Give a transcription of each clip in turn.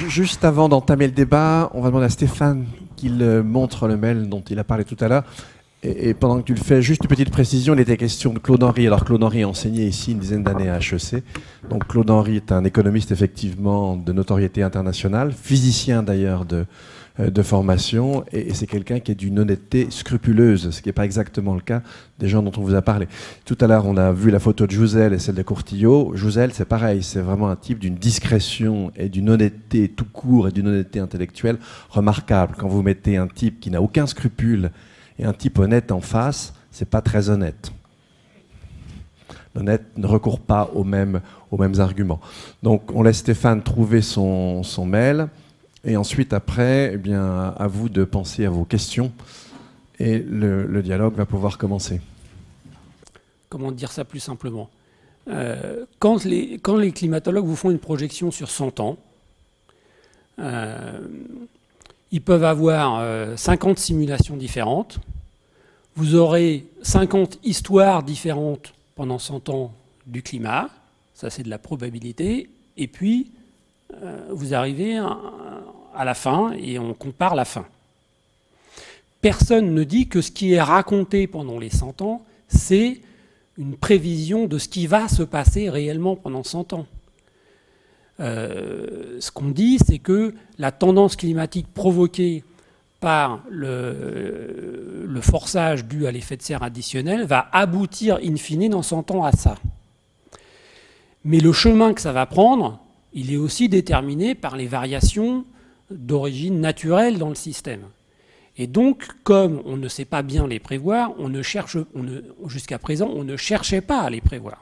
Juste avant d'entamer le débat, on va demander à Stéphane qu'il montre le mail dont il a parlé tout à l'heure. Et pendant que tu le fais, juste une petite précision, il était question de Claude Henry. Alors Claude Henry enseignait ici une dizaine d'années à HEC. Donc Claude Henry est un économiste effectivement de notoriété internationale, physicien d'ailleurs de formation, et c'est quelqu'un qui est d'une honnêteté scrupuleuse, ce qui n'est pas exactement le cas des gens dont on vous a parlé. Tout à l'heure, on a vu la photo de Jouzel et celle de Courtillot. Jouzel, c'est pareil, c'est vraiment un type d'une discrétion et d'une honnêteté tout court et d'une honnêteté intellectuelle remarquable. Quand vous mettez un type qui n'a aucun scrupule et un type honnête en face, c'est pas très honnête. L'honnête ne recourt pas aux mêmes arguments. Donc on laisse Stéphane trouver son mail, et ensuite après, eh bien, à vous de penser à vos questions, et le dialogue va pouvoir commencer. Comment dire ça plus simplement ? Quand les climatologues vous font une projection sur 100 ans, ils peuvent avoir 50 simulations différentes. Vous aurez 50 histoires différentes pendant 100 ans du climat. Ça, c'est de la probabilité. Et puis, vous arrivez à la fin et on compare la fin. Personne ne dit que ce qui est raconté pendant les 100 ans, c'est une prévision de ce qui va se passer réellement pendant 100 ans. Ce qu'on dit, c'est que la tendance climatique provoquée par le forçage dû à l'effet de serre additionnel va aboutir in fine dans 100 ans à ça. Mais le chemin que ça va prendre, il est aussi déterminé par les variations d'origine naturelle dans le système. Et donc, comme on ne sait pas bien les prévoir, jusqu'à présent, on ne cherchait pas à les prévoir.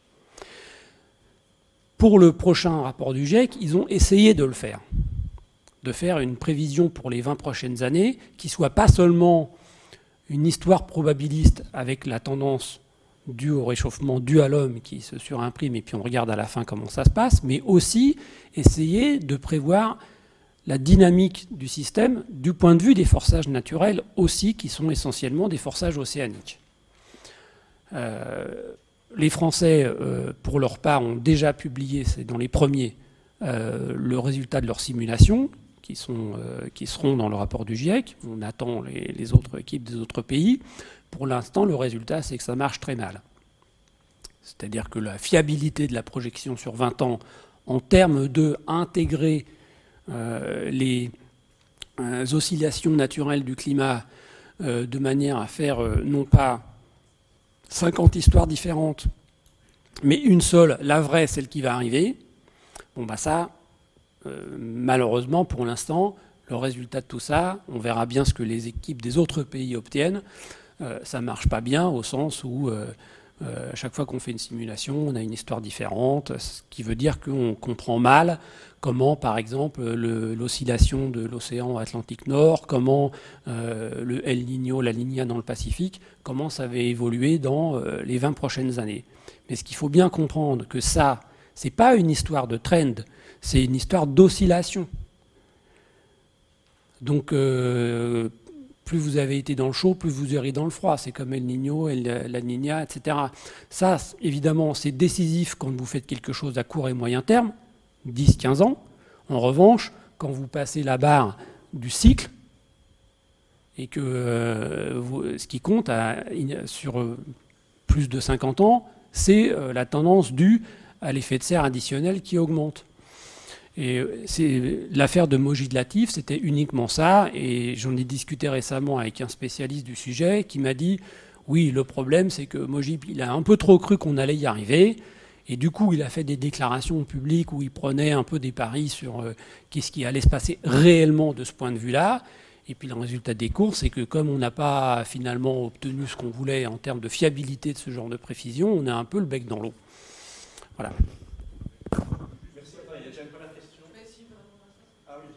Pour le prochain rapport du GIEC, ils ont essayé de le faire. De faire une prévision pour les 20 prochaines années qui ne soit pas seulement une histoire probabiliste avec la tendance due au réchauffement dû à l'homme qui se surimprime et puis on regarde à la fin comment ça se passe, mais aussi essayer de prévoir la dynamique du système du point de vue des forçages naturels aussi, qui sont essentiellement des forçages océaniques. Les Français, pour leur part, ont déjà publié, c'est dans les premiers, le résultat de leurs simulations, qui seront dans le rapport du GIEC. On attend les autres équipes des autres pays. Pour l'instant, le résultat, c'est que ça marche très mal. C'est-à-dire que la fiabilité de la projection sur 20 ans, en termes d'intégrer les oscillations naturelles du climat de manière à faire non pas 50 histoires différentes, mais une seule, la vraie, celle qui va arriver, bon bah ça, malheureusement pour l'instant, le résultat de tout ça, on verra bien ce que les équipes des autres pays obtiennent, ça ne marche pas bien au sens où à chaque fois qu'on fait une simulation, on a une histoire différente, ce qui veut dire qu'on comprend mal comment, par exemple, l'oscillation de l'océan Atlantique Nord, comment le El Niño, la Niña dans le Pacifique, comment ça va évoluer dans les 20 prochaines années. Mais ce qu'il faut bien comprendre, que ça, ce n'est pas une histoire de trend, c'est une histoire d'oscillation. Donc, plus vous avez été dans le chaud, plus vous irez dans le froid. C'est comme El Niño, la Niña, etc. Ça, évidemment, c'est décisif quand vous faites quelque chose à court et moyen terme, 10-15 ans. En revanche, quand vous passez la barre du cycle, et que ce qui compte sur plus de 50 ans, c'est la tendance due à l'effet de serre additionnel qui augmente. Et l'affaire de Mojib Latif, c'était uniquement ça, et j'en ai discuté récemment avec un spécialiste du sujet qui m'a dit « Oui, le problème, c'est que Mojib, il a un peu trop cru qu'on allait y arriver, et du coup, il a fait des déclarations publiques où il prenait un peu des paris sur qu'est-ce qui allait se passer réellement de ce point de vue-là. Et puis le résultat des courses, c'est que comme on n'a pas finalement obtenu ce qu'on voulait en termes de fiabilité de ce genre de précision, on a un peu le bec dans l'eau. » Voilà. Merci. Il y a déjà une première question. Ah oui.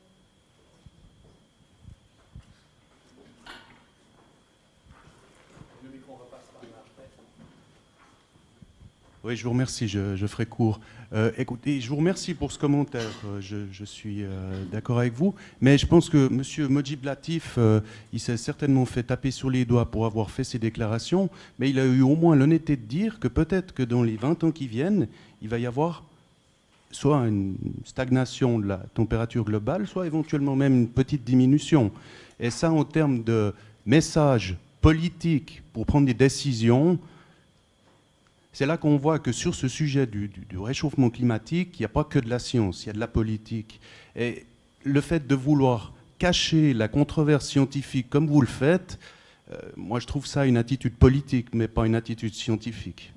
Le micro repasse par là après. Oui, je vous remercie, je ferai court. Écoutez, je vous remercie pour ce commentaire, je suis d'accord avec vous, mais je pense que M. Mojib Latif, il s'est certainement fait taper sur les doigts pour avoir fait ces déclarations, mais il a eu au moins l'honnêteté de dire que peut-être que dans les 20 ans qui viennent, il va y avoir soit une stagnation de la température globale, soit éventuellement même une petite diminution. Et ça, en termes de message politique pour prendre des décisions, c'est là qu'on voit que sur ce sujet du réchauffement climatique, il n'y a pas que de la science, il y a de la politique. Et le fait de vouloir cacher la controverse scientifique comme vous le faites, moi je trouve ça une attitude politique, mais pas une attitude scientifique.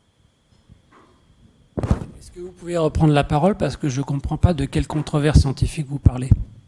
Est-ce que vous pouvez reprendre la parole parce que je ne comprends pas de quelle controverse scientifique vous parlez?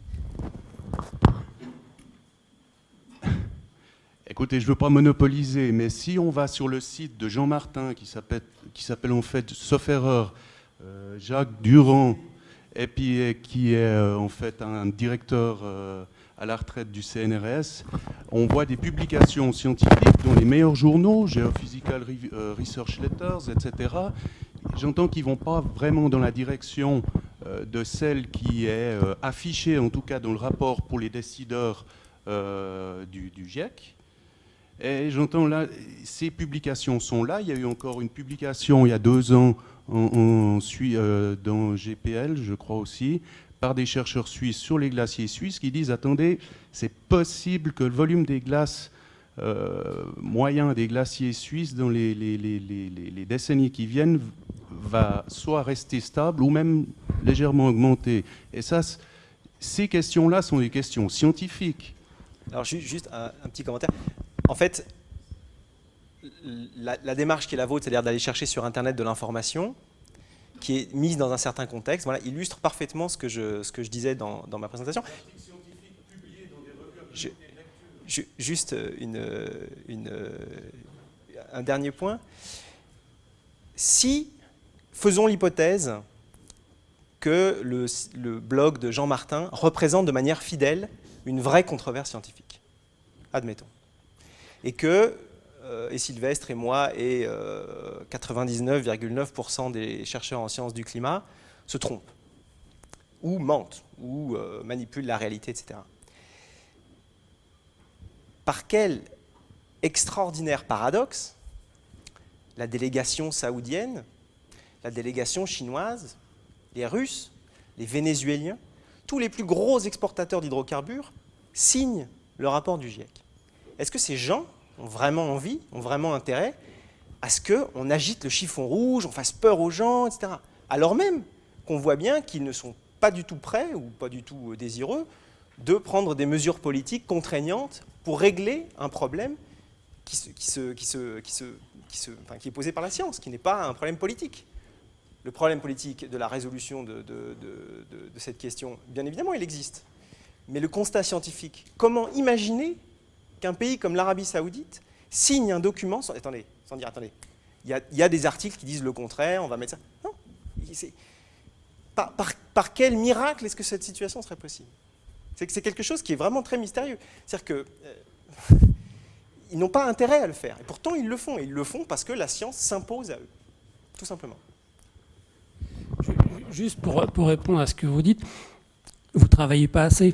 Écoutez, je ne veux pas monopoliser, mais si on va sur le site de Jean Martin, qui s'appelle en fait, sauf erreur, Jacques Durand, et puis qui est en fait un directeur à la retraite du CNRS, on voit des publications scientifiques dans les meilleurs journaux, Geophysical Research Letters, etc. J'entends qu'ils ne vont pas vraiment dans la direction de celle qui est affichée, en tout cas dans le rapport pour les décideurs du GIEC. Et j'entends là, ces publications sont là. Il y a eu encore une publication il y a 2 ans dans GPL, je crois aussi, par des chercheurs suisses sur les glaciers suisses qui disent, attendez, c'est possible que le volume des glaces moyen des glaciers suisses dans les décennies qui viennent va soit rester stable ou même légèrement augmenter. Et ça, ces questions-là sont des questions scientifiques. Alors juste un petit commentaire. En fait, la démarche qui est la vôtre, c'est-à-dire d'aller chercher sur Internet de l'information qui est mise dans un certain contexte, voilà, illustre parfaitement ce que je disais dans ma présentation. Juste un dernier point. Si, faisons l'hypothèse que le blog de Jean Martin représente de manière fidèle une vraie controverse scientifique, admettons, et que Sylvestre et moi et 99,9% des chercheurs en sciences du climat se trompent, ou mentent, ou manipulent la réalité, etc. Par quel extraordinaire paradoxe la délégation saoudienne, la délégation chinoise, les Russes, les Vénézuéliens, tous les plus gros exportateurs d'hydrocarbures signent le rapport du GIEC? Est-ce que ces gens ont vraiment envie, ont vraiment intérêt à ce qu'on agite le chiffon rouge, on fasse peur aux gens, etc. Alors même qu'on voit bien qu'ils ne sont pas du tout prêts ou pas du tout désireux de prendre des mesures politiques contraignantes pour régler un problème qui est posé par la science, qui n'est pas un problème politique. Le problème politique de la résolution de cette question, bien évidemment, il existe. Mais le constat scientifique, comment imaginer qu'un pays comme l'Arabie Saoudite signe un document sans dire, attendez, il y a des articles qui disent le contraire, on va mettre ça. Non. Par quel miracle est-ce que cette situation serait possible? C'est quelque chose qui est vraiment très mystérieux. C'est-à-dire qu'ils n'ont pas intérêt à le faire. Et pourtant, ils le font. Et ils le font parce que la science s'impose à eux. Tout simplement. Juste pour répondre à ce que vous dites, vous ne travaillez pas assez.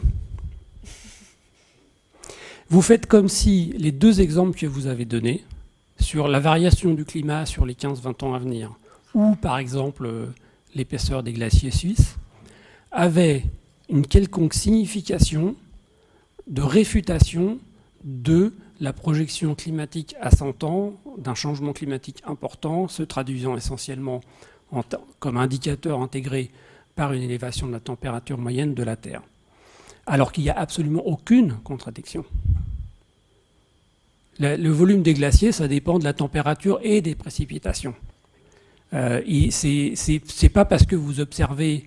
Vous faites comme si les 2 exemples que vous avez donnés, sur la variation du climat sur les 15-20 ans à venir, ou par exemple l'épaisseur des glaciers suisses, avaient une quelconque signification de réfutation de la projection climatique à 100 ans, d'un changement climatique important, se traduisant essentiellement comme indicateur intégré par une élévation de la température moyenne de la Terre. Alors qu'il n'y a absolument aucune contradiction. Le volume des glaciers, ça dépend de la température et des précipitations. C'est pas parce que vous observez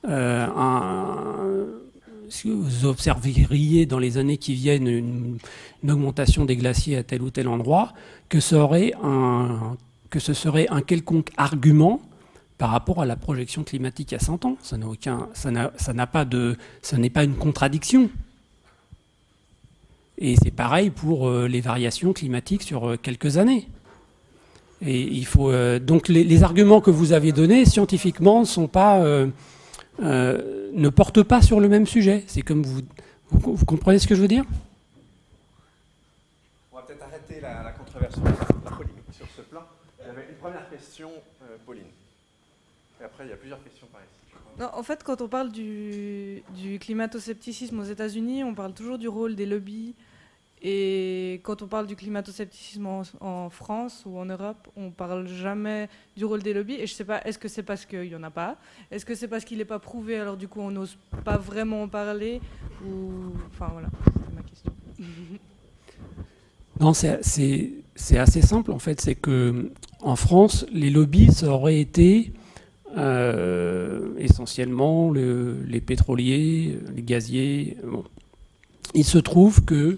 si vous observeriez dans les années qui viennent une augmentation des glaciers à tel ou tel endroit que ce serait un quelconque argument par rapport à la projection climatique à 100 ans. Ça n'est pas une contradiction. Et c'est pareil pour les variations climatiques sur quelques années. Et il faut donc les arguments que vous avez donnés scientifiquement ne portent pas sur le même sujet. C'est comme vous comprenez ce que je veux dire? On va peut-être arrêter la controverse, la polémique sur ce plan. J'avais une première question, Pauline. Et après, il y a plusieurs questions par ici. Non, en fait, quand on parle du climato-scepticisme aux États-Unis, on parle toujours du rôle des lobbies. Et quand on parle du climato-scepticisme en France ou en Europe, on ne parle jamais du rôle des lobbies. Et je ne sais pas, est-ce que c'est parce qu'il n'y en a pas? Est-ce que c'est parce qu'il n'est pas prouvé, alors du coup on n'ose pas vraiment en parler? Enfin voilà, c'est ma question. Non, c'est assez simple en fait. C'est que en France, les lobbies, ça aurait été essentiellement les pétroliers, les gaziers. Bon. Il se trouve que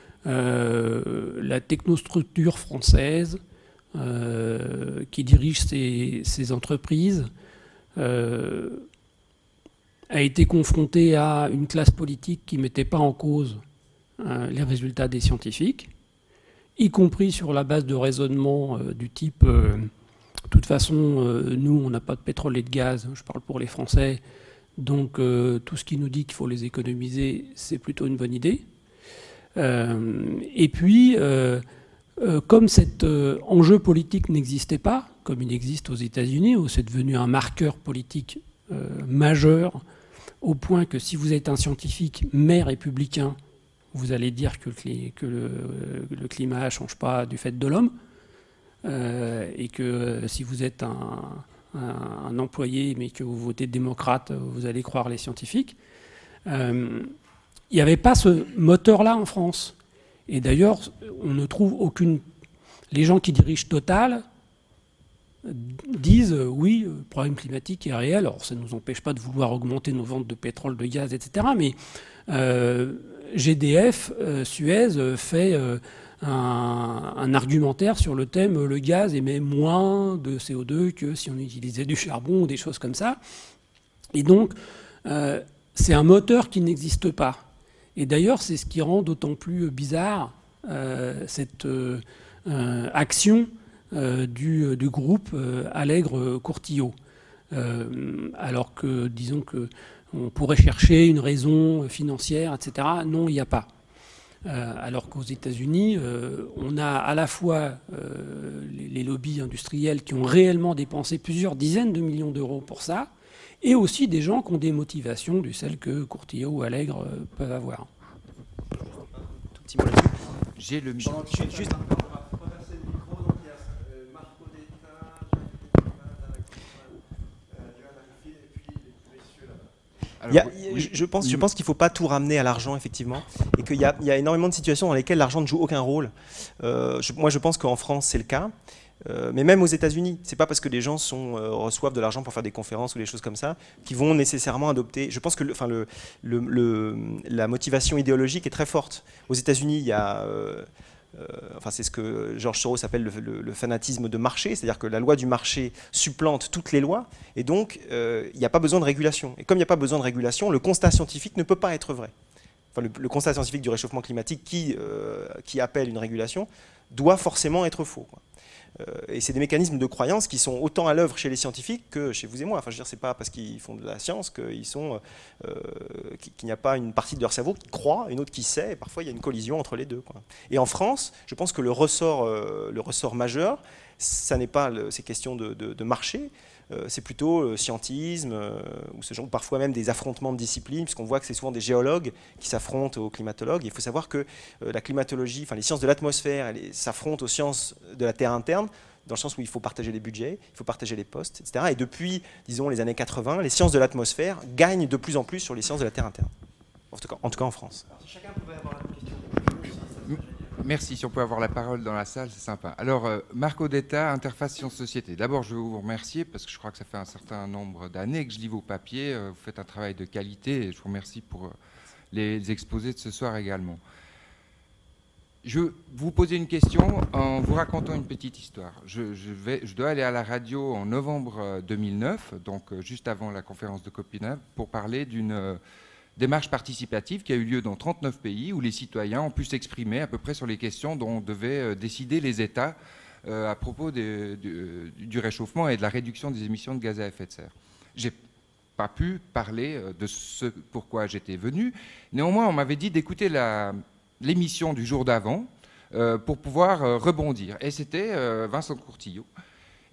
la technostructure française qui dirige ces entreprises a été confrontée à une classe politique qui ne mettait pas en cause les résultats des scientifiques, y compris sur la base de raisonnements du type de toute façon, nous, on n'a pas de pétrole et de gaz, je parle pour les Français, donc tout ce qui nous dit qu'il faut les économiser, c'est plutôt une bonne idée. Et puis, comme cet enjeu politique n'existait pas, comme il existe aux États-Unis, où c'est devenu un marqueur politique majeur, au point que si vous êtes un scientifique mais républicain, vous allez dire que le climat ne change pas du fait de l'homme, et que si vous êtes un employé mais que vous votez démocrate, vous allez croire les scientifiques. Il n'y avait pas ce moteur-là en France. Et d'ailleurs, on ne trouve aucune... Les gens qui dirigent Total disent oui, le problème climatique est réel. Alors, ça ne nous empêche pas de vouloir augmenter nos ventes de pétrole, de gaz, etc. Mais GDF, Suez, fait un argumentaire sur le thème le gaz émet moins de CO2 que si on utilisait du charbon ou des choses comme ça. Et donc, c'est un moteur qui n'existe pas. Et d'ailleurs, c'est ce qui rend d'autant plus bizarre cette action du groupe Allègre-Courtillot. Alors que, disons qu'on pourrait chercher une raison financière, etc. Non, il n'y a pas. Alors qu'aux États-Unis, on a à la fois les lobbies industriels qui ont réellement dépensé plusieurs dizaines de millions d'euros pour ça, et aussi des gens qui ont des motivations de celles que Courtillot ou Allègre peuvent avoir. Tout petit mot là-dessus. J'ai le micro. Juste... Je pense qu'il ne faut pas tout ramener à l'argent, effectivement, et qu'il y a énormément de situations dans lesquelles l'argent ne joue aucun rôle. Moi, je pense qu'en France, c'est le cas. Mais même aux États-Unis, c'est pas parce que les gens reçoivent de l'argent pour faire des conférences ou des choses comme ça qu'ils vont nécessairement adopter. Je pense que la motivation idéologique est très forte. Aux États-Unis, il y a, c'est ce que George Soros appelle le fanatisme de marché, c'est-à-dire que la loi du marché supplante toutes les lois, et donc il n'y a pas besoin de régulation. Et comme il n'y a pas besoin de régulation, le constat scientifique ne peut pas être vrai. Enfin, le constat scientifique du réchauffement climatique qui appelle une régulation doit forcément être faux, quoi. Et c'est des mécanismes de croyance qui sont autant à l'œuvre chez les scientifiques que chez vous et moi. Enfin, je veux dire, c'est pas parce qu'ils font de la science qu'il n'y a pas une partie de leur cerveau qui croit, une autre qui sait, et parfois il y a une collision entre les deux, quoi. Et en France, je pense que le ressort majeur, ça n'est pas ces questions de marché, c'est plutôt scientisme, ou ce genre, parfois même des affrontements de disciplines, puisqu'on voit que c'est souvent des géologues qui s'affrontent aux climatologues. Et il faut savoir que la climatologie, enfin les sciences de l'atmosphère, s'affrontent aux sciences de la Terre interne, dans le sens où il faut partager les budgets, il faut partager les postes, etc. Et depuis, disons, les années 80, les sciences de l'atmosphère gagnent de plus en plus sur les sciences de la Terre interne. En tout cas en France. Alors, si chacun pouvait avoir la question. Merci, si on peut avoir la parole dans la salle, c'est sympa. Alors, Marco Detta, Interface Sciences-Société. D'abord, je veux vous remercier parce que je crois que ça fait un certain nombre d'années que je lis vos papiers. Vous faites un travail de qualité et je vous remercie pour les exposés de ce soir également. Je vais vous poser une question en vous racontant une petite histoire. Je dois aller à la radio en novembre 2009, donc juste avant la conférence de Copenhague, pour parler d'une démarche participative qui a eu lieu dans 39 pays où les citoyens ont pu s'exprimer à peu près sur les questions dont devaient décider les États à propos du réchauffement et de la réduction des émissions de gaz à effet de serre. J'ai pas pu parler de ce pourquoi j'étais venu. Néanmoins, on m'avait dit d'écouter l'émission du jour d'avant pour pouvoir rebondir. Et c'était Vincent Courtillot.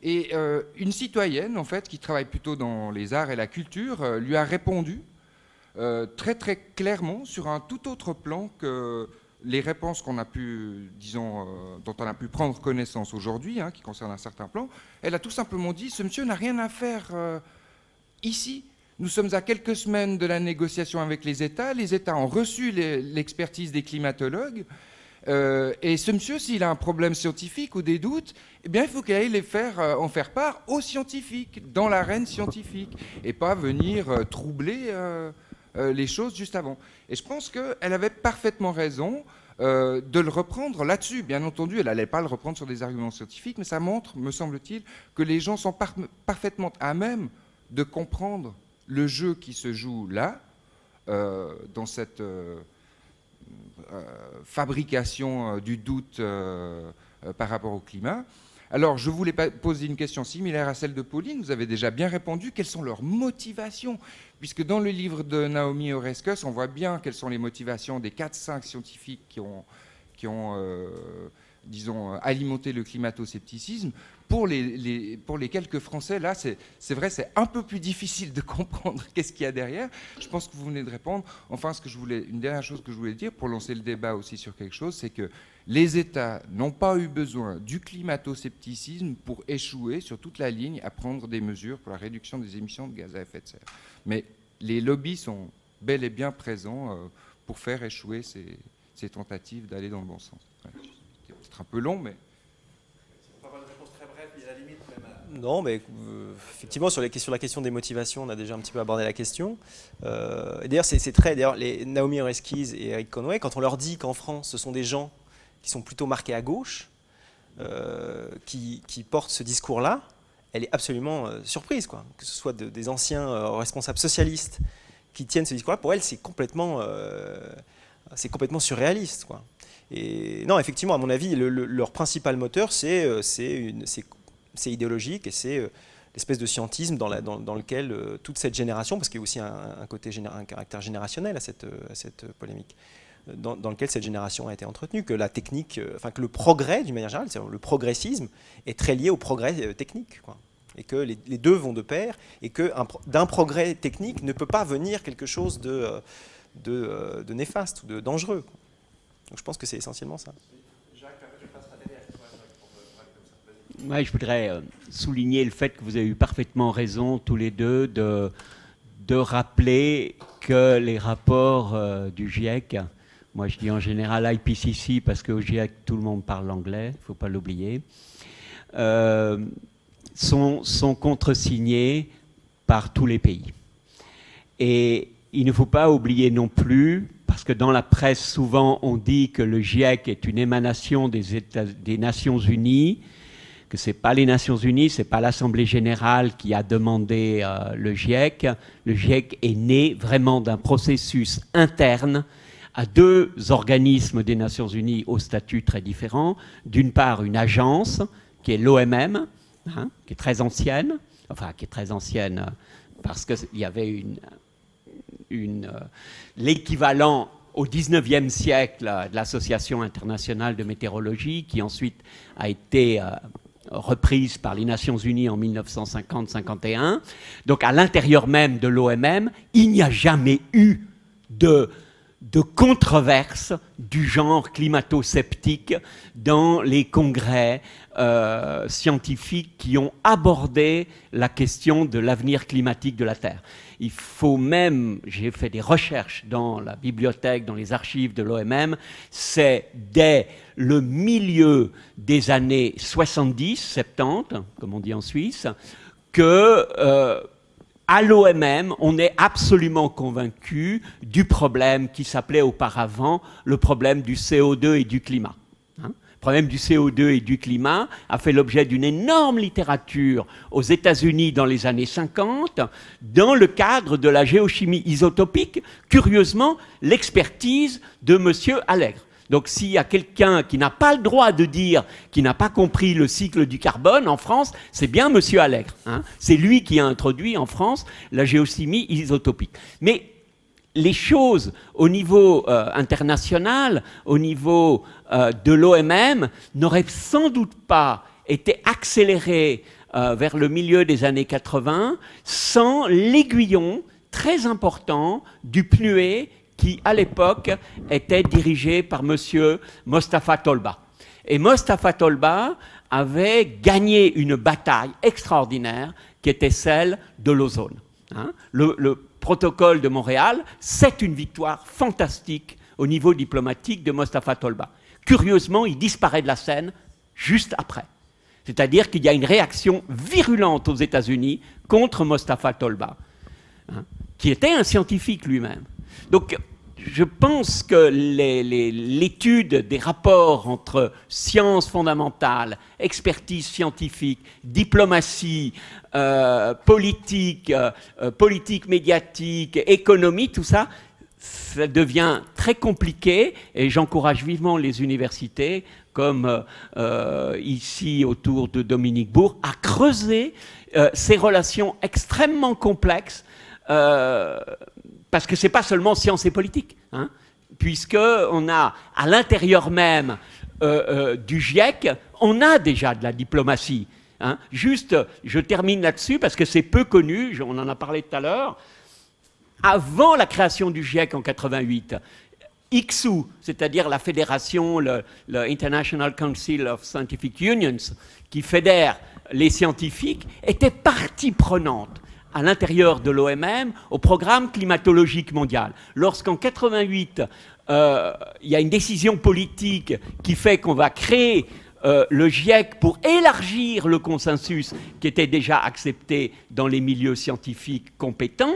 Et une citoyenne, en fait, qui travaille plutôt dans les arts et la culture, lui a répondu très très clairement sur un tout autre plan que les réponses qu'on a pu, disons, dont on a pu prendre connaissance aujourd'hui, hein, qui concernent un certain plan. Elle a tout simplement dit: ce monsieur n'a rien à faire ici. Nous sommes à quelques semaines de la négociation avec les États. Les États ont reçu l'expertise des climatologues. Et ce monsieur, s'il a un problème scientifique ou des doutes, eh bien, il faut qu'il aille en faire part aux scientifiques, dans l'arène scientifique, et pas venir troubler les choses juste avant. Et je pense qu'elle avait parfaitement raison de le reprendre là-dessus. Bien entendu, elle n'allait pas le reprendre sur des arguments scientifiques, mais ça montre, me semble-t-il, que les gens sont parfaitement à même de comprendre le jeu qui se joue là, dans cette fabrication du doute par rapport au climat. Alors, je voulais poser une question similaire à celle de Pauline. Vous avez déjà bien répondu. Quelles sont leurs motivations? Puisque dans le livre de Naomi Oreskes, on voit bien quelles sont les motivations des 4-5 scientifiques qui ont disons, alimenté le climato-scepticisme. Pour les quelques Français, là, c'est vrai, c'est un peu plus difficile de comprendre qu'est-ce qu'il y a derrière. Je pense que vous venez de répondre. Enfin, une dernière chose que je voulais dire, pour lancer le débat aussi sur quelque chose, c'est que les États n'ont pas eu besoin du climato-scepticisme pour échouer sur toute la ligne à prendre des mesures pour la réduction des émissions de gaz à effet de serre. Mais les lobbies sont bel et bien présents pour faire échouer ces tentatives d'aller dans le bon sens. Ouais. C'est peut-être un peu long, mais... Non, mais effectivement, sur la question des motivations, on a déjà un petit peu abordé la question. Et d'ailleurs, d'ailleurs, les Naomi Oreskes et Eric Conway, quand on leur dit qu'en France, ce sont des gens qui sont plutôt marqués à gauche, qui portent ce discours-là, elle est absolument surprise, quoi. Que ce soit des anciens responsables socialistes qui tiennent ce discours-là, pour elle, c'est complètement surréaliste, quoi. Et non, effectivement, à mon avis, leur principal moteur, c'est idéologique et c'est l'espèce de scientisme dans lequel toute cette génération, parce qu'il y a aussi un caractère générationnel à cette polémique, dans lequel cette génération a été entretenue, que la technique, que le progrès, d'une manière générale, le progressisme est très lié au progrès technique, quoi. Et que les deux vont de pair, et que d'un progrès technique ne peut pas venir quelque chose de néfaste ou de dangereux. Donc je pense que c'est essentiellement ça. Ouais, je voudrais souligner le fait que vous avez eu parfaitement raison tous les deux de rappeler que les rapports du GIEC, moi je dis en général IPCC parce qu'au GIEC tout le monde parle l'anglais, il ne faut pas l'oublier, sont contresignés par tous les pays. Et il ne faut pas oublier non plus, parce que dans la presse souvent on dit que le GIEC est une émanation des Nations Unies, que ce n'est pas les Nations Unies, ce n'est pas l'Assemblée Générale qui a demandé le GIEC. Le GIEC est né vraiment d'un processus interne à deux organismes des Nations Unies au statut très différent. D'une part, une agence qui est l'OMM, hein, qui est très ancienne, parce qu'il y avait l'équivalent au XIXe siècle de l'Association internationale de météorologie, qui ensuite a été reprise par les Nations Unies en 1950-51. Donc à l'intérieur même de l'OMM, il n'y a jamais eu de controverse du genre climato-sceptique dans les congrès scientifiques qui ont abordé la question de l'avenir climatique de la Terre. Il faut même, j'ai fait des recherches dans la bibliothèque, dans les archives de l'OMM, c'est dès le milieu des années 70, comme on dit en Suisse, que à l'OMM, on est absolument convaincu du problème qui s'appelait auparavant le problème du CO2 et du climat. Le problème du CO2 et du climat a fait l'objet d'une énorme littérature aux États-Unis dans les années 50, dans le cadre de la géochimie isotopique, curieusement, l'expertise de M. Allègre. Donc s'il y a quelqu'un qui n'a pas le droit de dire qu'il n'a pas compris le cycle du carbone en France, c'est bien M. Allègre. Hein. C'est lui qui a introduit en France la géochimie isotopique. Mais les choses au niveau international, au niveau de l'OMM, n'auraient sans doute pas été accélérées vers le milieu des années 80, sans l'aiguillon très important du PNUE qui, à l'époque, était dirigé par M. Mostafa Tolba. Et Mostafa Tolba avait gagné une bataille extraordinaire qui était celle de l'ozone. Hein. Le protocole de Montréal, c'est une victoire fantastique au niveau diplomatique de Mostafa Tolba. Curieusement, il disparaît de la scène juste après. C'est-à-dire qu'il y a une réaction virulente aux États-Unis contre Mostafa Tolba, hein, qui était un scientifique lui-même. Donc, je pense que l'étude des rapports entre sciences fondamentales, expertise scientifique, diplomatie, politique, politique médiatique, économie, tout ça, ça devient très compliqué et j'encourage vivement les universités, comme ici autour de Dominique Bourg, à creuser ces relations extrêmement complexes parce que ce n'est pas seulement science et politique, hein, puisqu'on a à l'intérieur même du GIEC, on a déjà de la diplomatie. Hein. Juste, je termine là-dessus parce que c'est peu connu, on en a parlé tout à l'heure. Avant la création du GIEC en 88, ICSU, c'est-à-dire la fédération, le International Council of Scientific Unions, qui fédère les scientifiques, était partie prenante à l'intérieur de l'OMM au programme climatologique mondial. Lorsqu'en 88, il y a une décision politique qui fait qu'on va créer le GIEC pour élargir le consensus qui était déjà accepté dans les milieux scientifiques compétents,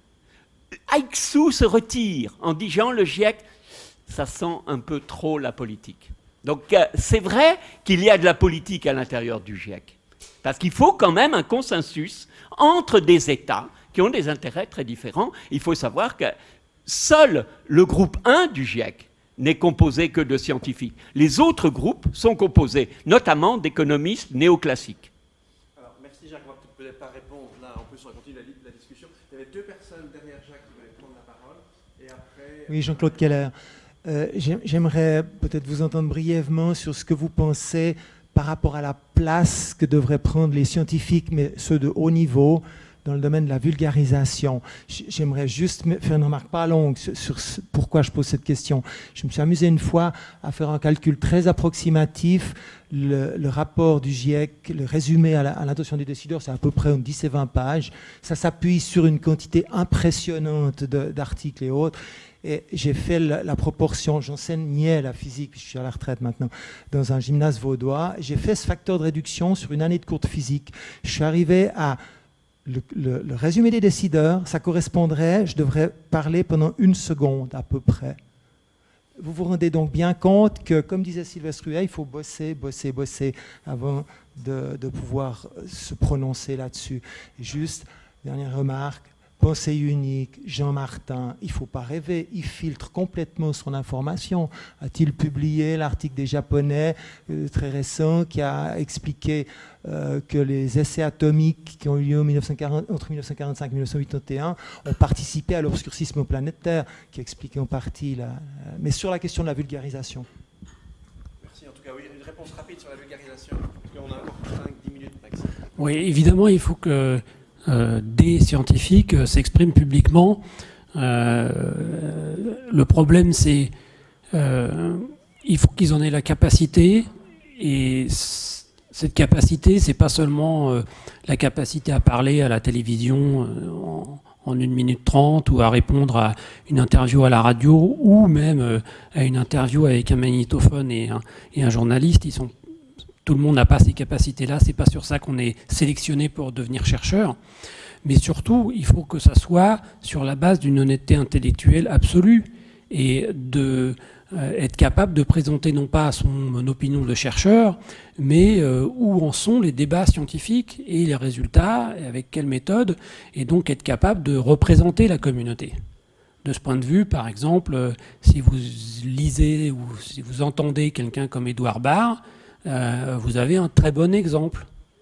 ICSU se retire en disant le GIEC, ça sent un peu trop la politique. Donc c'est vrai qu'il y a de la politique à l'intérieur du GIEC. Parce qu'il faut quand même un consensus entre des États qui ont des intérêts très différents. Il faut savoir que seul le groupe 1 du GIEC n'est composé que de scientifiques. Les autres groupes sont composés notamment d'économistes néoclassiques. Alors, merci Jacques, on va peut-être pas répondre là, en plus on va continuer la discussion. Il y avait deux personnes derrière Jacques qui voulaient prendre la parole. Et après... Oui, Jean-Claude Keller. J'aimerais peut-être vous entendre brièvement sur ce que vous pensez par rapport à la place que devraient prendre les scientifiques, mais ceux de haut niveau, dans le domaine de la vulgarisation. J'aimerais juste faire une remarque pas longue sur pourquoi je pose cette question. Je me suis amusé une fois à faire un calcul très approximatif. Le rapport du GIEC, le résumé à l'intention des décideurs, c'est à peu près 10 et 20 pages. Ça s'appuie sur une quantité impressionnante d'articles et autres. Et j'ai fait la proportion, j'enseignais la physique, puis je suis à la retraite maintenant, dans un gymnase vaudois. J'ai fait ce facteur de réduction sur une année de cours de physique. Je suis arrivé à le résumé des décideurs, ça correspondrait, je devrais parler pendant 1 seconde à peu près. Vous vous rendez donc bien compte que, comme disait Sylvestre Huet, il faut bosser, bosser, bosser avant de pouvoir se prononcer là-dessus. Et juste, dernière remarque, pensée unique, Jean Martin, il ne faut pas rêver, il filtre complètement son information. A-t-il publié l'article des Japonais très récent qui a expliqué que les essais atomiques qui ont eu lieu entre 1945 et 1981 ont participé à l'obscurcisme planétaire, qui expliquait en partie, mais sur la question de la vulgarisation. Merci, en tout cas, oui, une réponse rapide sur la vulgarisation, parce qu'on a encore 5-10 minutes maximum. Oui, évidemment, il faut que des scientifiques s'expriment publiquement. Le problème, c'est il faut qu'ils en aient la capacité, et cette capacité, c'est pas seulement la capacité à parler à la télévision en 1 minute 30 ou à répondre à une interview à la radio ou même à une interview avec un magnétophone et un journaliste. Tout le monde n'a pas ces capacités-là, c'est pas sur ça qu'on est sélectionné pour devenir chercheur. Mais surtout, il faut que ça soit sur la base d'une honnêteté intellectuelle absolue et être capable de présenter non pas son opinion de chercheur, mais où en sont les débats scientifiques et les résultats, et avec quelle méthode, et donc être capable de représenter la communauté. De ce point de vue, par exemple, si vous lisez ou si vous entendez quelqu'un comme Édouard Baird, vous avez un très bon exemple.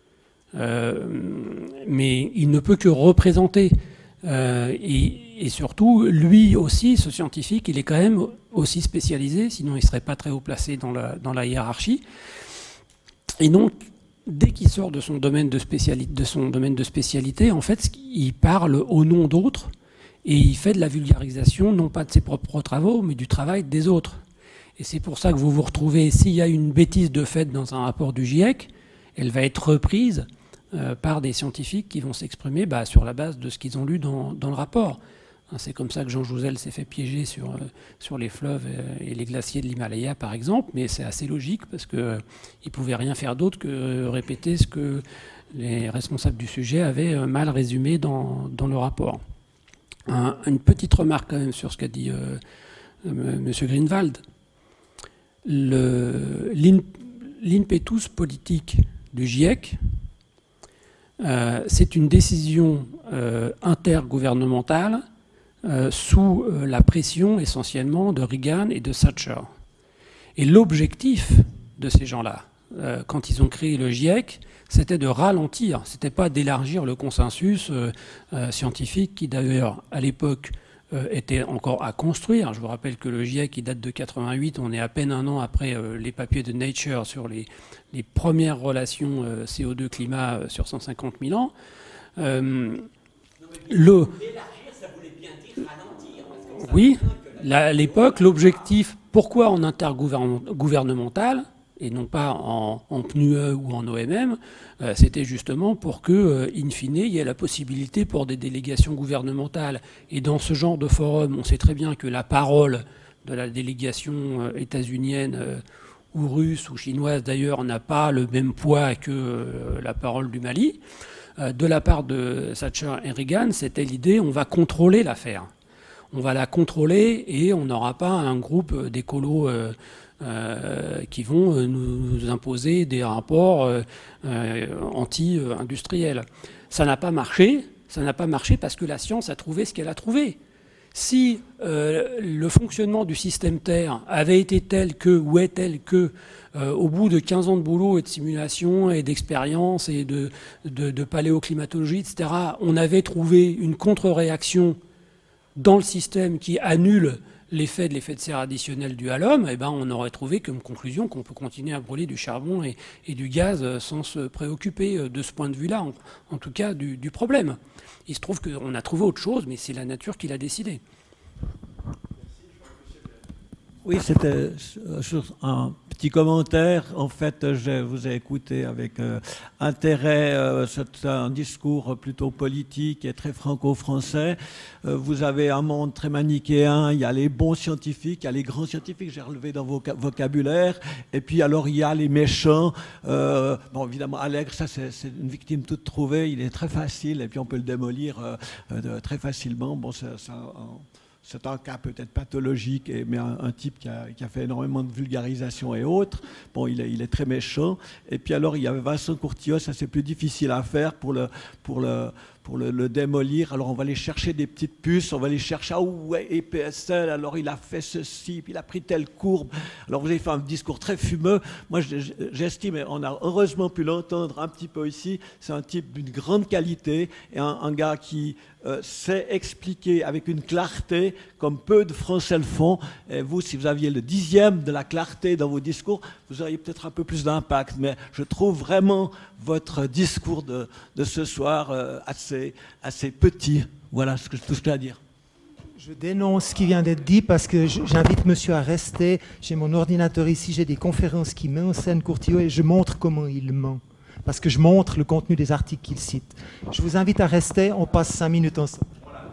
Mais il ne peut que représenter. Et surtout, lui aussi, ce scientifique, il est quand même aussi spécialisé, sinon il ne serait pas très haut placé dans la hiérarchie. Et donc, dès qu'il sort de son domaine de spécialité, en fait, il parle au nom d'autres et il fait de la vulgarisation, non pas de ses propres travaux, mais du travail des autres. Et c'est pour ça que vous vous retrouvez, s'il y a une bêtise de fait dans un rapport du GIEC, elle va être reprise par des scientifiques qui vont s'exprimer sur la base de ce qu'ils ont lu dans le rapport. C'est comme ça que Jean Jouzel s'est fait piéger sur les fleuves et les glaciers de l'Himalaya, par exemple, mais c'est assez logique parce qu'il ne pouvait rien faire d'autre que répéter ce que les responsables du sujet avaient mal résumé dans le rapport. Une petite remarque quand même sur ce qu'a dit M. Greenwald. L'impetus politique du GIEC, c'est une décision intergouvernementale sous la pression essentiellement de Reagan et de Thatcher. Et l'objectif de ces gens-là, quand ils ont créé le GIEC, c'était de ralentir, c'était pas d'élargir le consensus scientifique qui d'ailleurs à l'époque était encore à construire. Je vous rappelle que le GIEC, il date de 88, on est à peine un an après les papiers de Nature sur les premières relations CO2-climat sur 150 000 ans. Oui, à l'époque, l'objectif, pourquoi en intergouvernemental et non pas en PNUE ou en OMM, c'était justement pour que, in fine, il y ait la possibilité pour des délégations gouvernementales. Et dans ce genre de forum, on sait très bien que la parole de la délégation états-unienne ou russe ou chinoise d'ailleurs n'a pas le même poids que la parole du Mali. De la part de Thatcher et Reagan, c'était l'idée, on va contrôler l'affaire. On va la contrôler et on n'aura pas un groupe d'écolos qui vont nous imposer des rapports anti-industriels. Ça n'a pas marché. Ça n'a pas marché parce que la science a trouvé ce qu'elle a trouvé. Si le fonctionnement du système Terre avait été tel que, ou est tel que, au bout de 15 ans de boulot et de simulation et d'expérience et de paléoclimatologie, etc., on avait trouvé une contre-réaction dans le système qui annule l'effet de serre additionnel dû à l'homme, eh ben on aurait trouvé comme conclusion qu'on peut continuer à brûler du charbon et du gaz sans se préoccuper de ce point de vue-là, en tout cas du problème. Il se trouve qu'on a trouvé autre chose, mais c'est la nature qui l'a décidé. Oui, c'était un petit commentaire. En fait, je vous ai écouté avec intérêt. C'est un discours plutôt politique et très franco-français. Vous avez un monde très manichéen. Il y a les bons scientifiques, il y a les grands scientifiques, j'ai relevé dans vos vocabulaire. Et puis alors, il y a les méchants. Bon, évidemment, Allègre, ça c'est une victime toute trouvée. Il est très facile et puis on peut le démolir très facilement. Bon, c'est un cas peut-être pathologique, mais un type qui a fait énormément de vulgarisation et autres. Bon, il est très méchant. Et puis alors, il y avait Vincent Courtillot, ça c'est plus difficile à faire pour le démolir. Alors on va aller chercher des petites puces, on va aller chercher, ah ouais, EPSL, alors il a fait ceci, puis il a pris telle courbe. Alors vous avez fait un discours très fumeux. Moi j'estime, et on a heureusement pu l'entendre un petit peu ici, c'est un type d'une grande qualité, et un gars qui sait expliquer avec une clarté comme peu de Français le font. Et vous, si vous aviez le 10e de la clarté dans vos discours, vous auriez peut-être un peu plus d'impact. Mais je trouve vraiment votre discours de ce soir assez petit. Voilà tout ce que j'ai à dire. Je dénonce ce qui vient d'être dit parce que j'invite monsieur à rester. J'ai mon ordinateur ici, j'ai des conférences qui mettent en scène Courtillot et je montre comment il ment. Parce que je montre le contenu des articles qu'il cite. Je vous invite à rester, on passe 5 minutes ensemble.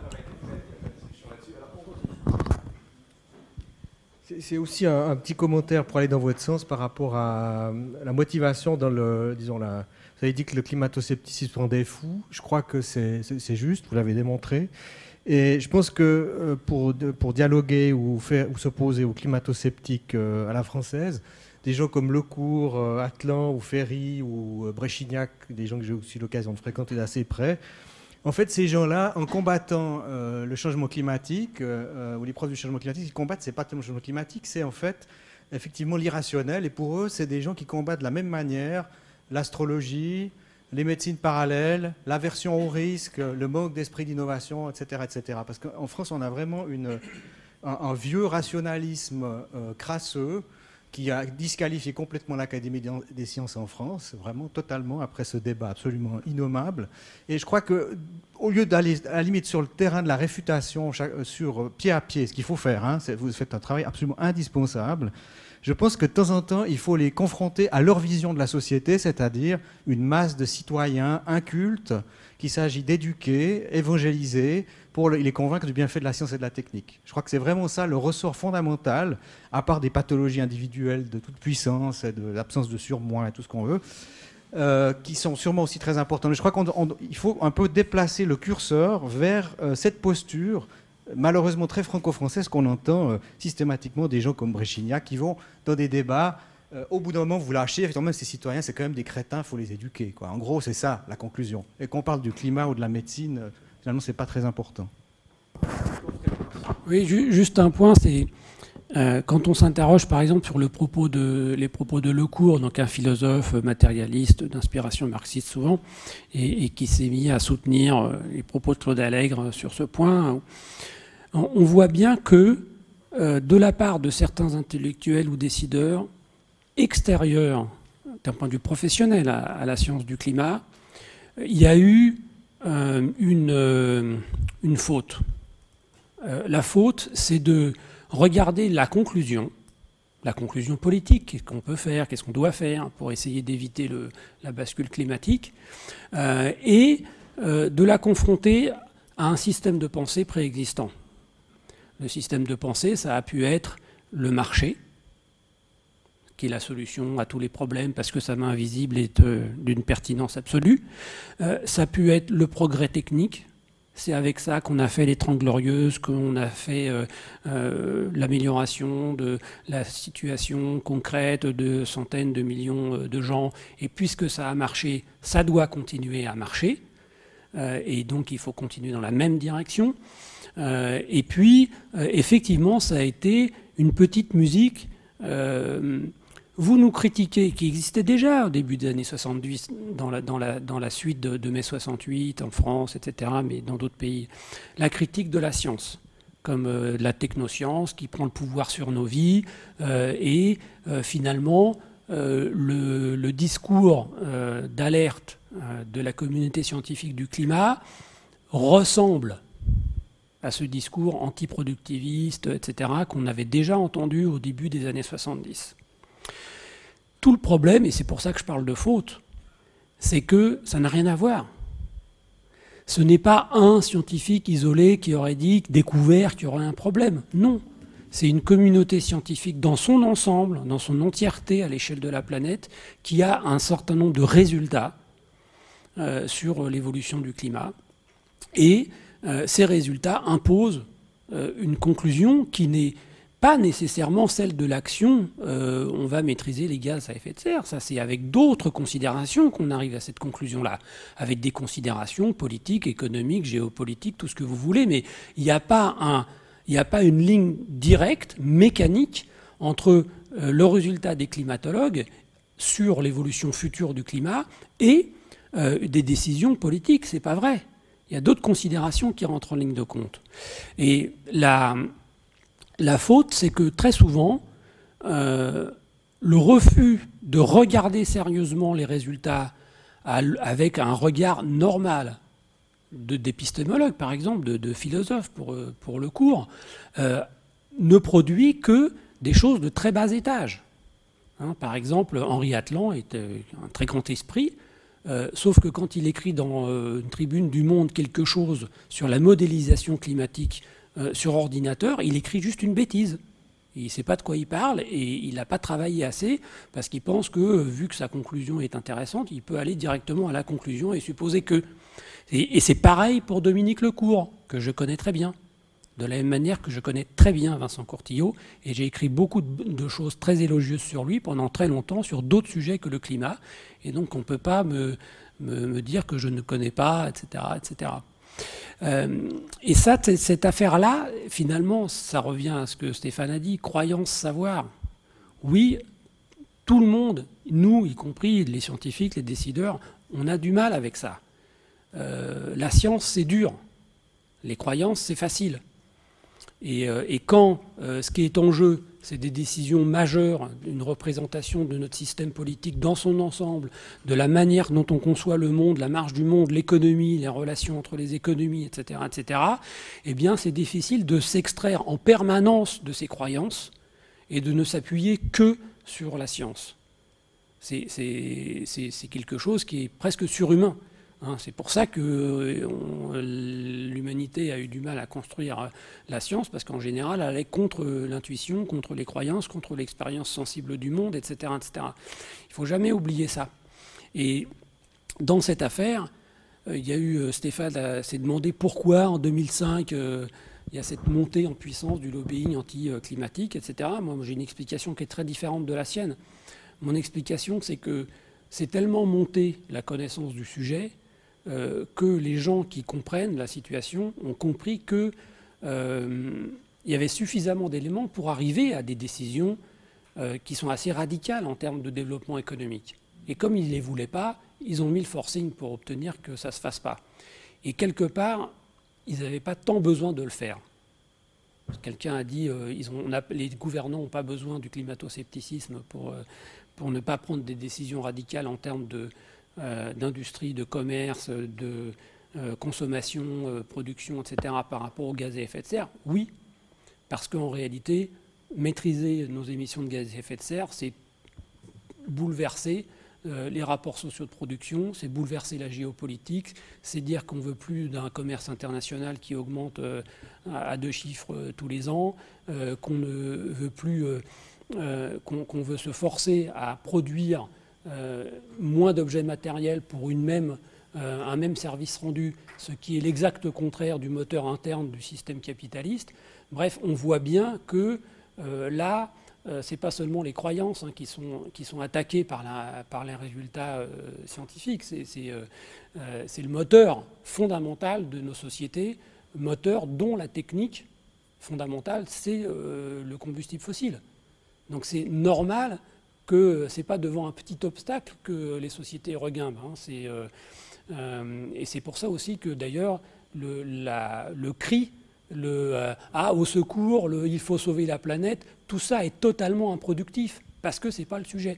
C'est aussi un petit commentaire pour aller dans votre sens par rapport à la motivation dans vous avez dit que le climato-scepticisme rendait fou. Je crois que c'est juste, vous l'avez démontré. Et je pense que pour dialoguer ou s'opposer aux climato-sceptiques à la française, des gens comme Lecourt, Atlan ou Ferry ou Bréchignac, des gens que j'ai aussi l'occasion de fréquenter d'assez près, en fait, ces gens-là, en combattant le changement climatique, ou les preuves du changement climatique, ils combattent, c'est pas tellement le changement climatique, c'est en fait effectivement l'irrationnel. Et pour eux, c'est des gens qui combattent de la même manière l'astrologie, les médecines parallèles, l'aversion au risque, le manque d'esprit d'innovation, etc., etc. Parce qu'en France, on a vraiment un vieux rationalisme crasseux qui a disqualifié complètement l'Académie des sciences en France, vraiment totalement, après ce débat absolument innommable. Et je crois qu'au lieu d'aller à la limite sur le terrain de la réfutation, sur pied à pied, ce qu'il faut faire, hein, vous faites un travail absolument indispensable, je pense que de temps en temps, il faut les confronter à leur vision de la société, c'est-à-dire une masse de citoyens incultes qu'il s'agit d'éduquer, évangéliser, pour les convaincre du bienfait de la science et de la technique. Je crois que c'est vraiment ça le ressort fondamental, à part des pathologies individuelles de toute puissance et de l'absence de surmoi et tout ce qu'on veut, qui sont sûrement aussi très importantes. Mais je crois qu'il faut un peu déplacer le curseur vers cette posture, malheureusement très franco-française, qu'on entend systématiquement des gens comme Bréchignac qui vont dans des débats. Au bout d'un moment, vous lâchez, effectivement, même ces citoyens, c'est quand même des crétins, il faut les éduquer, quoi. En gros, c'est ça la conclusion. Et qu'on parle du climat ou de la médecine, finalement, c'est pas très important. Oui, juste un point, c'est quand on s'interroge, par exemple, sur les propos de Lecours, donc un philosophe matérialiste d'inspiration marxiste souvent, et qui s'est mis à soutenir les propos de Claude Allègre sur ce point, on voit bien que, de la part de certains intellectuels ou décideurs, extérieur, d'un point de vue professionnel à la science du climat, il y a eu une faute. La faute, c'est de regarder la conclusion politique, qu'est-ce qu'on peut faire, qu'est-ce qu'on doit faire pour essayer d'éviter la bascule climatique, et de la confronter à un système de pensée préexistant. Le système de pensée, ça a pu être le marché, qui est la solution à tous les problèmes parce que sa main invisible est d'une pertinence absolue. Ça a pu être le progrès technique. C'est avec ça qu'on a fait les 30 Glorieuses, qu'on a fait l'amélioration de la situation concrète de centaines de millions de gens. Et puisque ça a marché, ça doit continuer à marcher. Et donc il faut continuer dans la même direction. Et puis, effectivement, ça a été une petite musique. Vous nous critiquez, qui existait déjà au début des années 70, dans la suite de mai 68, en France, etc., mais dans d'autres pays, la critique de la science, comme la technoscience qui prend le pouvoir sur nos vies, et finalement, le discours d'alerte de la communauté scientifique du climat ressemble à ce discours antiproductiviste, etc., qu'on avait déjà entendu au début des années 70. Tout le problème, et c'est pour ça que je parle de faute, c'est que ça n'a rien à voir. Ce n'est pas un scientifique isolé qui aurait découvert qu'il y aurait un problème. Non. C'est une communauté scientifique dans son ensemble, dans son entièreté à l'échelle de la planète, qui a un certain nombre de résultats sur l'évolution du climat. Et ces résultats imposent une conclusion qui n'est pas nécessairement celle de l'action, on va maîtriser les gaz à effet de serre. Ça, c'est avec d'autres considérations qu'on arrive à cette conclusion-là, avec des considérations politiques, économiques, géopolitiques, tout ce que vous voulez, mais il n'y a pas une ligne directe, mécanique, entre le résultat des climatologues sur l'évolution future du climat et des décisions politiques. C'est pas vrai. Il y a d'autres considérations qui rentrent en ligne de compte. Et la faute, c'est que très souvent, le refus de regarder sérieusement les résultats avec un regard normal d'épistémologue, par exemple, de philosophe pour le cours, ne produit que des choses de très bas étage. Par exemple, Henri Atlan est un très grand esprit, sauf que quand il écrit dans une tribune du Monde quelque chose sur la modélisation climatique sur ordinateur, il écrit juste une bêtise. Il ne sait pas de quoi il parle et il n'a pas travaillé assez parce qu'il pense que, vu que sa conclusion est intéressante, il peut aller directement à la conclusion et supposer que... Et c'est pareil pour Dominique Lecourt, que je connais très bien. De la même manière que je connais très bien Vincent Courtillot, et j'ai écrit beaucoup de choses très élogieuses sur lui pendant très longtemps, sur d'autres sujets que le climat. Et donc on ne peut pas me dire que je ne connais pas, etc. etc. Et ça, cette affaire-là, finalement, ça revient à ce que Stéphane a dit, croyance, savoir. Oui, tout le monde, nous, y compris les scientifiques, les décideurs, on a du mal avec ça. La science, c'est dur. Les croyances, c'est facile. Et quand ce qui est en jeu, c'est des décisions majeures, une représentation de notre système politique dans son ensemble, de la manière dont on conçoit le monde, la marche du monde, l'économie, les relations entre les économies, etc., eh bien, c'est difficile de s'extraire en permanence de ces croyances et de ne s'appuyer que sur la science. C'est quelque chose qui est presque surhumain. C'est pour ça que l'humanité a eu du mal à construire la science, parce qu'en général, elle est contre l'intuition, contre les croyances, contre l'expérience sensible du monde, etc., etc. Il ne faut jamais oublier ça. Et dans cette affaire, il y a eu, Stéphane s'est demandé pourquoi en 2005, il y a cette montée en puissance du lobbying anti-climatique, etc. Moi, j'ai une explication qui est très différente de la sienne. Mon explication, c'est que c'est tellement monté la connaissance du sujet que les gens qui comprennent la situation ont compris qu'il y avait suffisamment d'éléments pour arriver à des décisions qui sont assez radicales en termes de développement économique. Et comme ils ne les voulaient pas, ils ont mis le forcing pour obtenir que ça ne se fasse pas. Et quelque part, ils n'avaient pas tant besoin de le faire. Quelqu'un a dit les gouvernants n'ont pas besoin du climato-scepticisme pour ne pas prendre des décisions radicales en termes d'industrie, de commerce, de consommation, production, etc., par rapport aux gaz à effet de serre. Oui, parce qu'en réalité, maîtriser nos émissions de gaz à effet de serre, c'est bouleverser les rapports sociaux de production, c'est bouleverser la géopolitique, c'est dire qu'on ne veut plus d'un commerce international qui augmente à 2 chiffres tous les ans, qu'on ne veut plus, qu'on veut se forcer à produire moins d'objets matériels pour un même service rendu, ce qui est l'exact contraire du moteur interne du système capitaliste. Bref, on voit bien que là, ce n'est pas seulement les croyances qui sont attaquées par les résultats scientifiques, c'est le moteur fondamental de nos sociétés, moteur dont la technique fondamentale, c'est le combustible fossile. Donc c'est normal que ce n'est pas devant un petit obstacle que les sociétés regimbent. Et c'est pour ça aussi que d'ailleurs le cri, au secours, il faut sauver la planète, tout ça est totalement improductif, parce que ce n'est pas le sujet.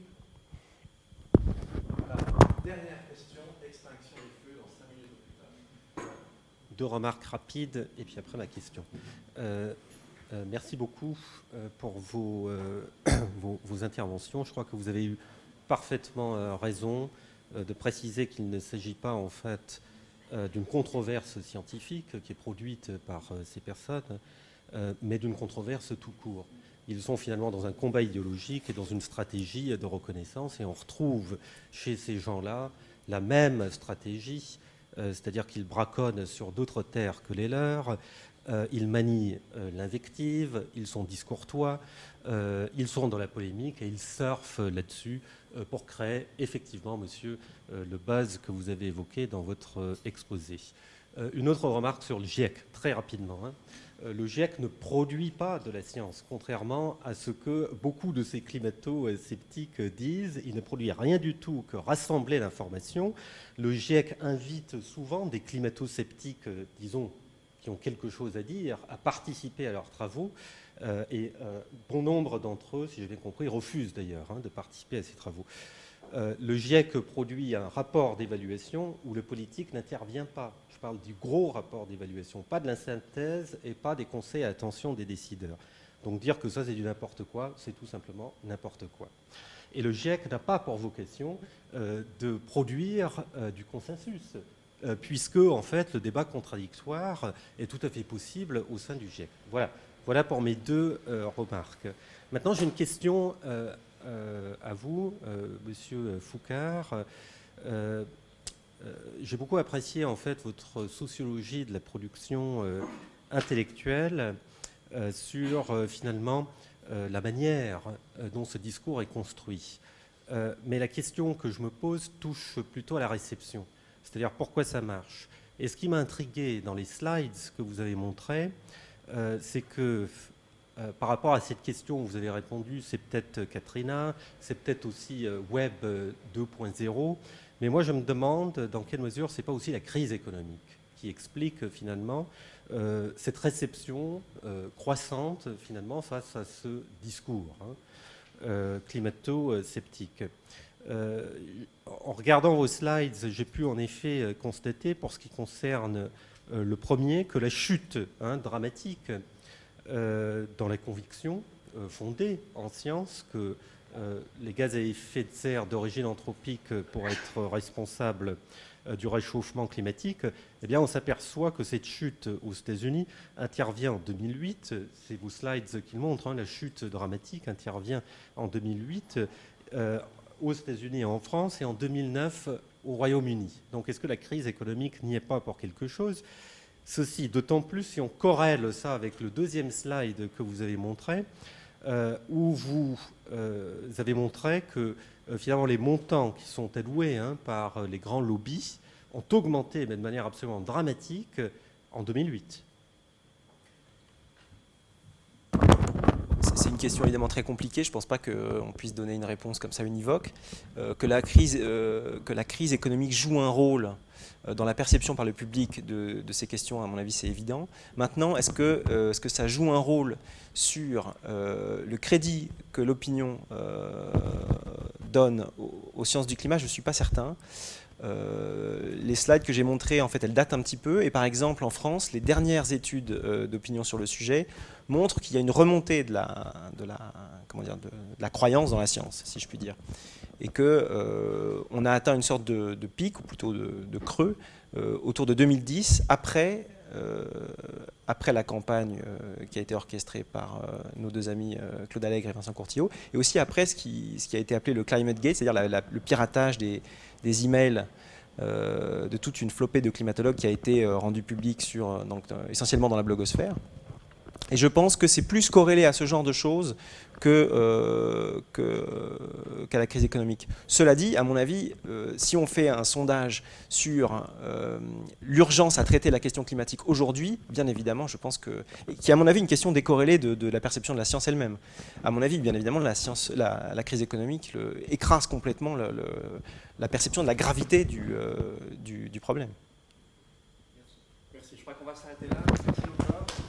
Dernière question, extinction des feux dans 5 minutes au plus tard. 2 remarques rapides, et puis après ma question. Merci beaucoup pour vos interventions. Je crois que vous avez eu parfaitement raison de préciser qu'il ne s'agit pas en fait d'une controverse scientifique qui est produite par ces personnes, mais d'une controverse tout court. Ils sont finalement dans un combat idéologique et dans une stratégie de reconnaissance, et on retrouve chez ces gens-là la même stratégie, c'est-à-dire qu'ils braconnent sur d'autres terres que les leurs, ils manient l'invective, ils sont discourtois, ils sont dans la polémique et ils surfent là-dessus pour créer effectivement, monsieur, le buzz que vous avez évoqué dans votre exposé. Une autre remarque sur le GIEC, très rapidement. Le GIEC ne produit pas de la science, contrairement à ce que beaucoup de ces climato-sceptiques disent. Il ne produit rien du tout que rassembler l'information. Le GIEC invite souvent des climato-sceptiques, disons, qui ont quelque chose à dire, à participer à leurs travaux. Et bon nombre d'entre eux, si j'ai bien compris, refusent d'ailleurs de participer à ces travaux. Le GIEC produit un rapport d'évaluation où le politique n'intervient pas. Je parle du gros rapport d'évaluation, pas de la synthèse et pas des conseils à l'attention des décideurs. Donc dire que ça c'est du n'importe quoi, c'est tout simplement n'importe quoi. Et le GIEC n'a pas pour vocation de produire du consensus, puisque en fait le débat contradictoire est tout à fait possible au sein du GIEC. Voilà pour mes 2 remarques. Maintenant j'ai une question à vous, monsieur Foucart. J'ai beaucoup apprécié en fait votre sociologie de la production intellectuelle sur finalement la manière dont ce discours est construit. Mais la question que je me pose touche plutôt à la réception, c'est-à-dire pourquoi ça marche. Et ce qui m'a intrigué dans les slides que vous avez montrés, c'est que par rapport à cette question, vous avez répondu, c'est peut-être Katrina, c'est peut-être aussi Web 2.0, mais moi je me demande dans quelle mesure c'est pas aussi la crise économique. qui explique finalement cette réception croissante finalement face à ce discours climato-sceptique. En regardant vos slides, j'ai pu en effet constater, pour ce qui concerne le premier, que la chute dramatique dans la conviction fondée en science que les gaz à effet de serre d'origine anthropique pourraient être responsables du réchauffement climatique, eh bien on s'aperçoit que cette chute aux États-Unis intervient en 2008. C'est vos slides qui le montrent, la chute dramatique intervient en 2008 aux États-Unis et en France, et en 2009 au Royaume-Uni. Donc est-ce que la crise économique n'y est pas pour quelque chose? Ceci, d'autant plus si on corrèle ça avec le deuxième slide que vous avez montré, où vous avez montré que finalement les montants qui sont alloués par les grands lobbies ont augmenté mais de manière absolument dramatique en 2008. C'est une question évidemment très compliquée. Je ne pense pas qu'on puisse donner une réponse comme ça univoque. Que la crise économique joue un rôle dans la perception par le public de ces questions, à mon avis, c'est évident. Maintenant, est-ce que ça joue un rôle sur le crédit que l'opinion donne aux sciences du climat? Je ne suis pas certain. Les slides que j'ai montrés, en fait, elles datent un petit peu. Et par exemple, en France, les dernières études d'opinion sur le sujet montrent qu'il y a une remontée de la croyance dans la science, si je puis dire. Et qu'on a atteint une sorte de pic, ou plutôt de creux, autour de 2010, après la campagne qui a été orchestrée par nos deux amis Claude Allègre et Vincent Courtillot, et aussi après ce qui a été appelé le Climate Gate, c'est-à-dire le piratage des emails de toute une flopée de climatologues qui a été rendu public essentiellement dans la blogosphère. Et je pense que c'est plus corrélé à ce genre de choses qu'à la crise économique. Cela dit, à mon avis, si on fait un sondage sur l'urgence à traiter la question climatique aujourd'hui, bien évidemment, je pense qui est à mon avis une question décorrélée de la perception de la science elle-même. À mon avis, bien évidemment, la crise économique écrase complètement la perception de la gravité du problème. Merci. Je crois qu'on va s'arrêter là. Merci encore.